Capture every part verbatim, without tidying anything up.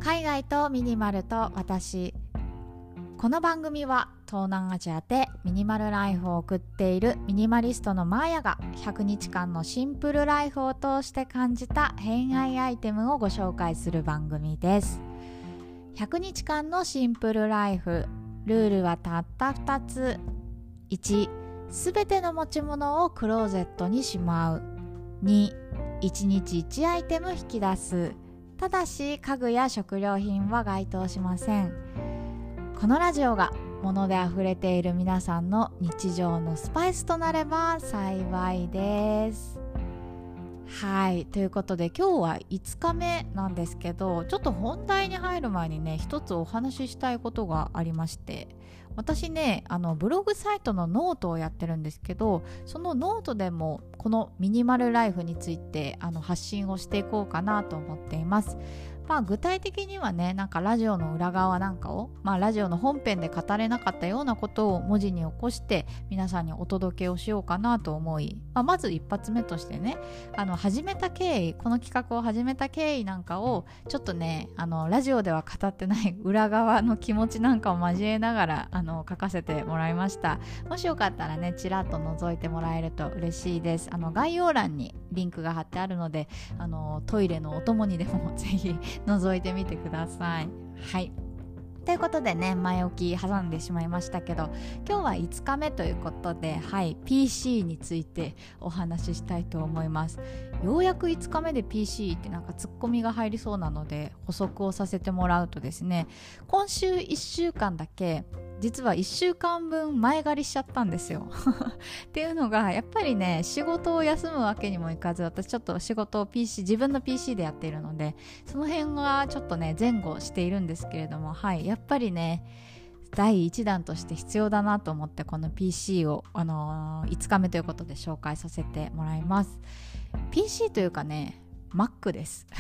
海外とミニマルと私。この番組は東南アジアでミニマルライフを送っているミニマリストのマーヤがひゃくにちかんのシンプルライフを通して感じた偏愛アイテムをご紹介する番組です。ひゃくにちかんのシンプルライフ、ルールはたったふたつ。いち、すべての持ち物をクローゼットにしまう。に、いちにちいちアイテム引き出す。ただし家具や食料品は該当しません。このラジオが物であふれている皆さんの日常のスパイスとなれば幸いです。はい、ということで今日はいつかめなんですけど、ちょっと本題に入る前にね、一つお話ししたいことがありまして、私ね、あのブログサイトのノートをやってるんですけど、そのノートでもこのミニマルライフについてあの発信をしていこうかなと思っています。まあ、具体的にはね、なんかラジオの裏側なんかを、まあ、ラジオの本編で語れなかったようなことを文字に起こして皆さんにお届けをしようかなと思い、まあ、まず一発目としてね、あの始めた経緯、この企画を始めた経緯なんかをちょっとね、あのラジオでは語ってない裏側の気持ちなんかを交えながらあの書かせてもらいました。もしよかったらね、ちらっと覗いてもらえると嬉しいです。あの概要欄にリンクが貼ってあるので、あのトイレのお供にでもぜひ覗いてみてください。はい、ということでね、前置き挟んでしまいましたけど、今日はいつかめということで、はい、ピーシー についてお話ししたいと思います。ようやくいつかめで ピーシー ってなんかツッコミが入りそうなので補足をさせてもらうとですね、今週いっしゅうかんだけ実はいっしゅうかんぶん前借りしちゃったんですよっていうのが、やっぱりね、仕事を休むわけにもいかず、私ちょっと仕事を ピーシー 自分の ピーシー でやっているので、その辺はちょっとね前後しているんですけれども、はい、やっぱりねだいいちだんとして必要だなと思って、この ピーシー を、あのー、いつかめということで紹介させてもらいます。 ピーシー というかね、 Mac です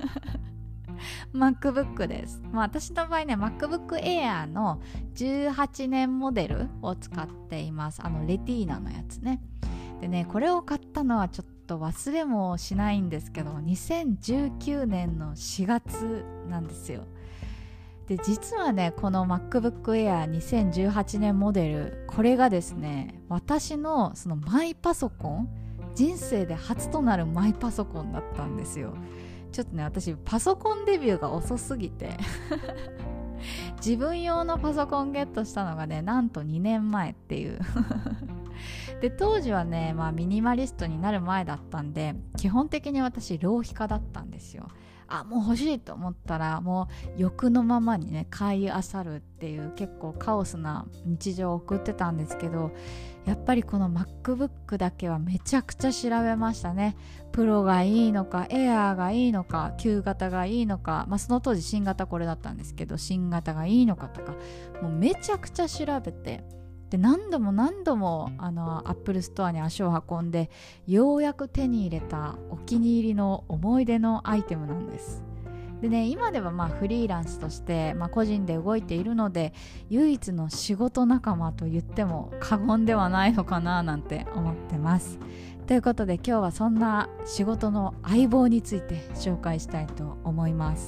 MacBook です。まあ、私の場合ね MacBook Air のじゅうはちねんモデルを使っています。あのレティーナのやつね。でね、これを買ったのはちょっと忘れもしないんですけど、にせんじゅうきゅうねんのしがつなんですよ。で実はね、この MacBook Air にせんじゅうはちねんモデル、これがですね、私のそのマイパソコン、人生で初となるマイパソコンだったんですよ。ちょっとね、私パソコンデビューが遅すぎて自分用のパソコンゲットしたのがね、なんとにねんまえっていうで当時はね、まあ、ミニマリストになる前だったんで、基本的に私浪費家だったんですよ。あ、もう欲しいと思ったらもう欲のままにね買い漁るっていう結構カオスな日常を送ってたんですけど、やっぱりこの MacBook だけはめちゃくちゃ調べましたね。プロがいいのか、エアーがいいのか、旧型がいいのか、まあ、その当時新型これだったんですけど、新型がいいのかとか、もうめちゃくちゃ調べて、で何度も何度もあのアップルストアに足を運んで、ようやく手に入れたお気に入りの思い出のアイテムなんです。でね、今ではまあフリーランスとして、まあ、個人で動いているので、唯一の仕事仲間と言っても過言ではないのかななんて思ってます。ということで今日はそんな仕事の相棒について紹介したいと思います。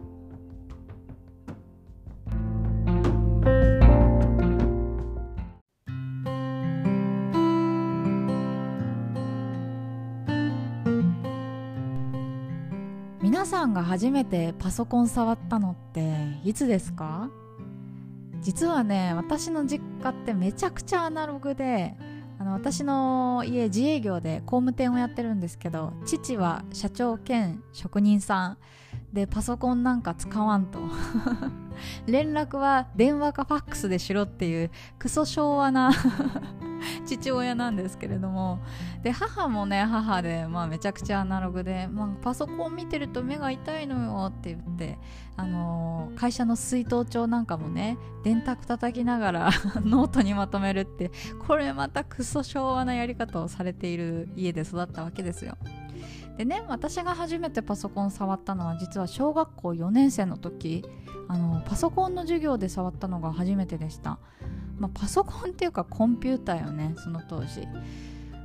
皆さんが初めてパソコン触ったのっていつですか？実はね、私の実家ってめちゃくちゃアナログで、あの私の家自営業で工務店をやってるんですけど、父は社長兼職人さんで、パソコンなんか使わんと連絡は電話かファックスでしろっていうクソ昭和な父親なんですけれども、で母もね母で、まあ、めちゃくちゃアナログで、まあ、パソコン見てると目が痛いのよって言って、あのー、会社の水筒帳なんかもね電卓叩きながらノートにまとめるって、これまたクソ昭和なやり方をされている家で育ったわけですよ。でね、私が初めてパソコン触ったのは実は小学校よねんせいの時、あのパソコンの授業で触ったのが初めてでした。まあ、パソコンっていうかコンピューターよね、その当時。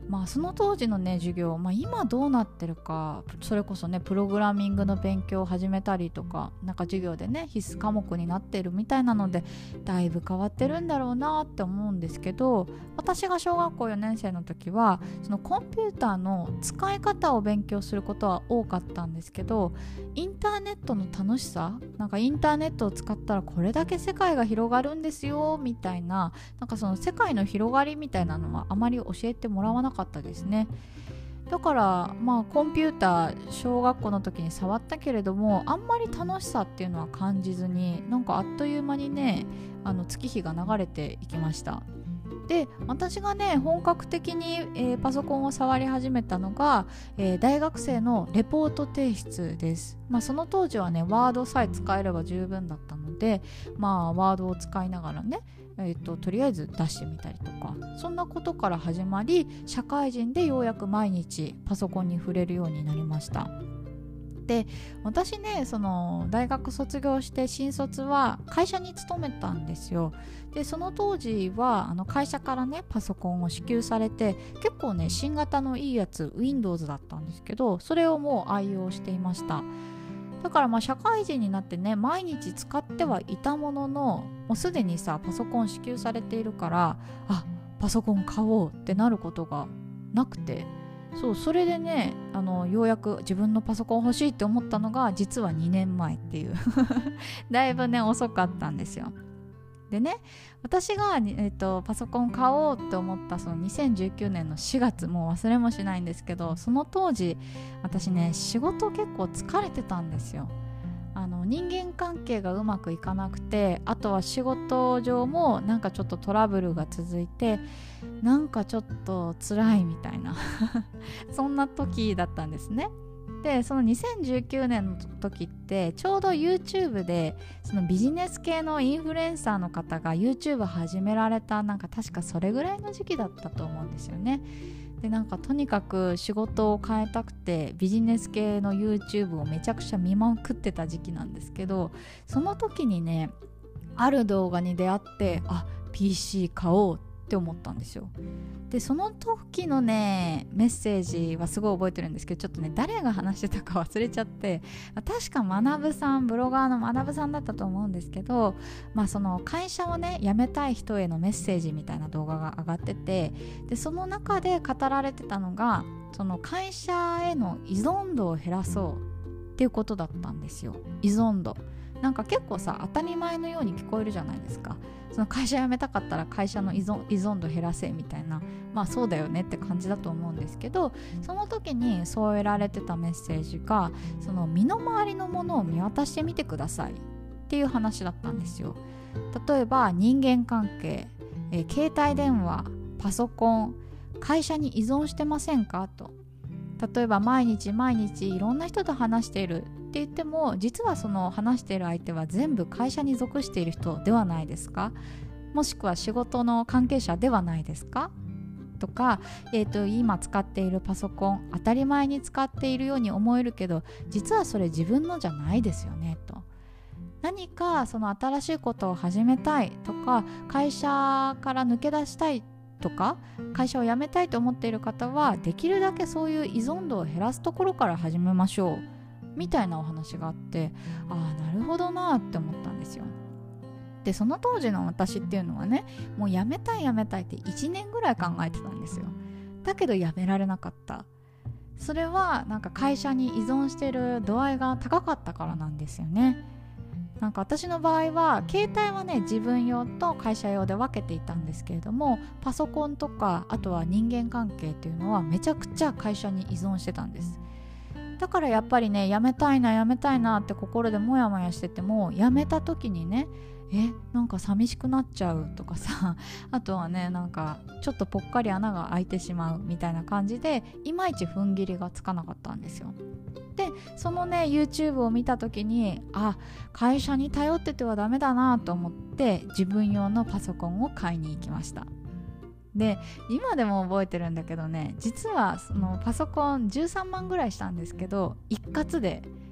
まあその当時のね授業、まあ、今どうなってるか、それこそねプログラミングの勉強を始めたりとか、なんか授業でね必須科目になってるみたいなので、だいぶ変わってるんだろうなって思うんですけど、私が小学校よねん生の時はそのコンピューターの使い方を勉強することは多かったんですけど、インターネットの楽しさ、なんかインターネットを使ったらこれだけ世界が広がるんですよみたいな、なんかその世界の広がりみたいなのはあまり教えてもらわなかったですね。だからまあコンピューター小学校の時に触ったけれども、あんまり楽しさっていうのは感じずに、なんかあっという間にねあの月日が流れていきました。で、私がね本格的に、えー、パソコンを触り始めたのが、えー、大学生のレポート提出です。まあ、その当時はねワードさえ使えれば十分だったので、まあワードを使いながらね、えー、ととりあえず出してみたりとか、そんなことから始まり、社会人でようやく毎日パソコンに触れるようになりました。で、私ねその大学卒業して新卒は会社に勤めたんですよ。でその当時はあの会社からねパソコンを支給されて、結構ね新型のいいやつ Windows だったんですけど、それをもう愛用していました。だからまあ社会人になってね毎日使ってはいたものの、もうすでにさパソコン支給されているから、あ、パソコン買おうってなることがなくて、そうそれでねあのようやく自分のパソコン欲しいって思ったのが実はにねんまえっていうだいぶね遅かったんですよ。でね、私が、えーと、パソコン買おうって思ったそのにせんじゅうきゅうねんのしがつ、もう忘れもしないんですけど、その当時私ね仕事結構疲れてたんですよ。あの人間関係がうまくいかなくて、あとは仕事上もなんかちょっとトラブルが続いて、なんかちょっと辛いみたいなそんな時だったんですね。でそのにせんじゅうきゅうねんの時ってちょうど YouTube でそのビジネス系のインフルエンサーの方が YouTube 始められた、なんか確かそれぐらいの時期だったと思うんですよね。でなんかとにかく仕事を変えたくてビジネス系の YouTube をめちゃくちゃ見まくってた時期なんですけど、その時にねある動画に出会って、あ、 ピーシー 買おうって思ったんですよ。でその時のねメッセージはすごい覚えてるんですけど、ちょっとね誰が話してたか忘れちゃって、確か学さん、ブロガーの学さんだったと思うんですけど、まあその会社をね辞めたい人へのメッセージみたいな動画が上がってて、でその中で語られてたのが、その会社への依存度を減らそうっていうことだったんですよ。依存度なんか結構さ当たり前のように聞こえるじゃないですか。その会社辞めたかったら会社の依存、依存度減らせみたいな、まあそうだよねって感じだと思うんですけど、その時に添えられてたメッセージが、その身の回りのものを見渡してみてくださいっていう話だったんですよ。例えば人間関係、えー、携帯電話、パソコン、会社に依存してませんかと。例えば毎日毎日いろんな人と話しているって言っても、実はその話している相手は全部会社に属している人ではないですか？もしくは仕事の関係者ではないですか？とか、えーと、今使っているパソコン当たり前に使っているように思えるけど、実はそれ自分のじゃないですよねと。何かその新しいことを始めたいとか、会社から抜け出したいとか、会社を辞めたいと思っている方はできるだけそういう依存度を減らすところから始めましょうみたいなお話があって、ああなるほどなって思ったんですよ。でその当時の私っていうのはね、もう辞めたい辞めたいっていちねんぐらい考えてたんですよ。だけど辞められなかった。それはなんか会社に依存している度合いが高かったからなんですよね。なんか私の場合は携帯はね自分用と会社用で分けていたんですけれども、パソコンとかあとは人間関係っていうのはめちゃくちゃ会社に依存してたんです。だからやっぱりね、辞めたいな辞めたいなって心でモヤモヤしてても、辞めた時にね、えなんか寂しくなっちゃうとかさ、あとはねなんかちょっとぽっかり穴が開いてしまうみたいな感じで、いまいち踏ん切りがつかなかったんですよ。でそのね YouTube を見た時に、あ、会社に頼っててはダメだなと思って自分用のパソコンを買いに行きました。で今でも覚えてるんだけどね、実はそのパソコンじゅうさんまんぐらいしたんですけど、一括で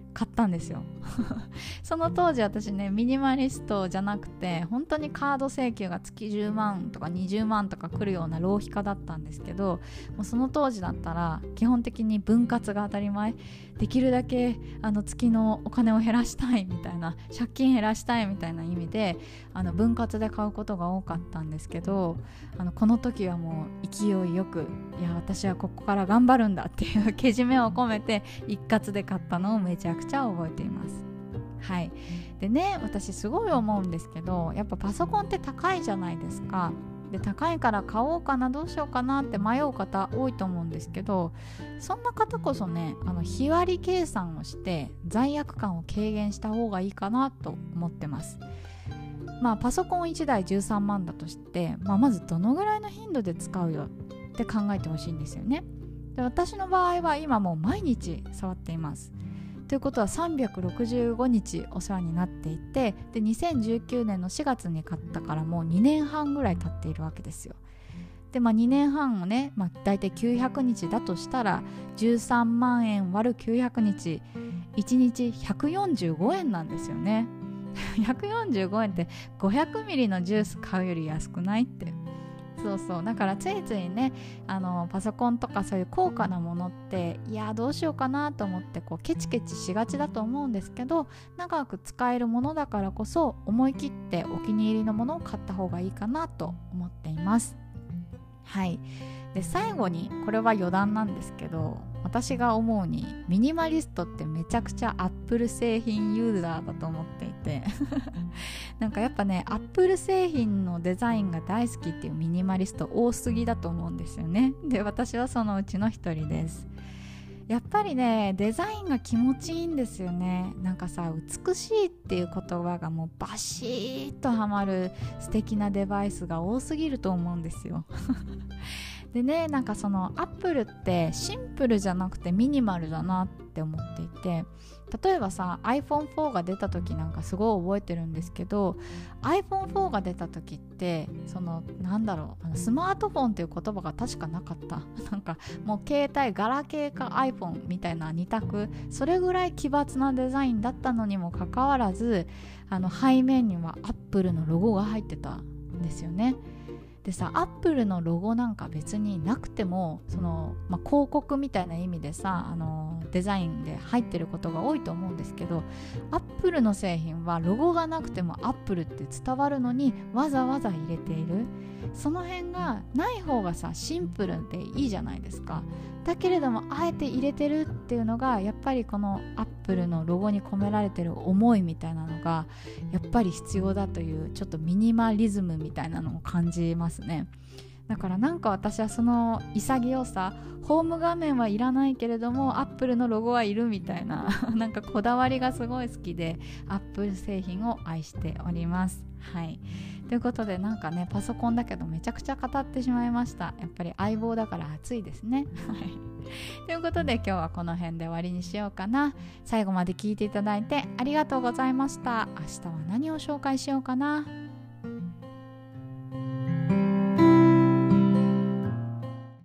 買ったんですよその当時私ねミニマリストじゃなくて本当にカード請求が月じゅうまんとかにじゅうまんとか来るような浪費家だったんですけど、もうその当時だったら基本的に分割が当たり前、できるだけあの月のお金を減らしたいみたいな、借金減らしたいみたいな意味であの分割で買うことが多かったんですけど、あのこの時はもう勢いよく、いや私はここから頑張るんだっていうけじめを込めて一括で買ったのをめちゃくちゃ覚えています。はい。でね、私すごい思うんですけど、やっぱパソコンって高いじゃないですか。で高いから買おうかなどうしようかなって迷う方多いと思うんですけど、そんな方こそね、あの日割り計算をして罪悪感を軽減した方がいいかなと思ってます。まあパソコンいちだいじゅうさんまんだとして、まあ、まずどのぐらいの頻度で使うよって考えてほしいんですよね。で私の場合は今もう毎日触っています。ということはさんびゃくろくじゅうごにちお世話になっていて、でにせんじゅうきゅうねんのしがつに買ったからもうにねんはんぐらい経っているわけですよ。でまあにねんはんをね、まあ、大体きゅうひゃくにちだとしたらじゅうさんまんえん割るきゅうひゃくにち、いちにちひゃくよんじゅうごえんなんですよねひゃくよんじゅうごえんってごひゃくミリのジュース買うより安くないって。そうそう、だからついついね、あのパソコンとかそういう高価なものっていやどうしようかなと思ってこうケチケチしがちだと思うんですけど、長く使えるものだからこそ思い切ってお気に入りのものを買った方がいいかなと思っています。はい。で最後にこれは余談なんですけど、私が思うにミニマリストってめちゃくちゃアップル製品ユーザーだと思っていてなんかやっぱねアップル製品のデザインが大好きっていうミニマリスト多すぎだと思うんですよね。で私はそのうちの一人です。やっぱりねデザインが気持ちいいんですよね。なんかさ、美しいっていう言葉がもうバシッとはまる素敵なデバイスが多すぎると思うんですよでね、なんかそのアップルってシンプルじゃなくてミニマルだなって思っていて、例えばさ アイフォンフォー が出た時なんかすごい覚えてるんですけど、 アイフォンフォー が出た時ってそのなんだろう、あのスマートフォンっていう言葉が確かなかったなんかもう携帯ガラケーか iPhone みたいな二択、それぐらい奇抜なデザインだったのにもかかわらず、あの背面にはアップルのロゴが入ってたんですよね。でさ、アップルのロゴなんか別になくてもその、まあ、広告みたいな意味でさ、あのデザインで入ってることが多いと思うんですけど、アップルの製品はロゴがなくてもアップルって伝わるのにわざわざ入れている。その辺がない方がさシンプルでいいじゃないですか。だけれどもあえて入れてるっていうのがやっぱりこのアップルのロゴに込められてる思いみたいなのがやっぱり必要だという、ちょっとミニマリズムみたいなのを感じますね。だからなんか私はその潔さ、ホーム画面はいらないけれどもアップルのロゴはいるみたいななんかこだわりがすごい好きで、アップル製品を愛しております。はい。ということでなんかねパソコンだけどめちゃくちゃ語ってしまいました。やっぱり相棒だから熱いですね。はい。ということで今日はこの辺で終わりにしようかな。最後まで聞いていただいてありがとうございました。明日は何を紹介しようかな。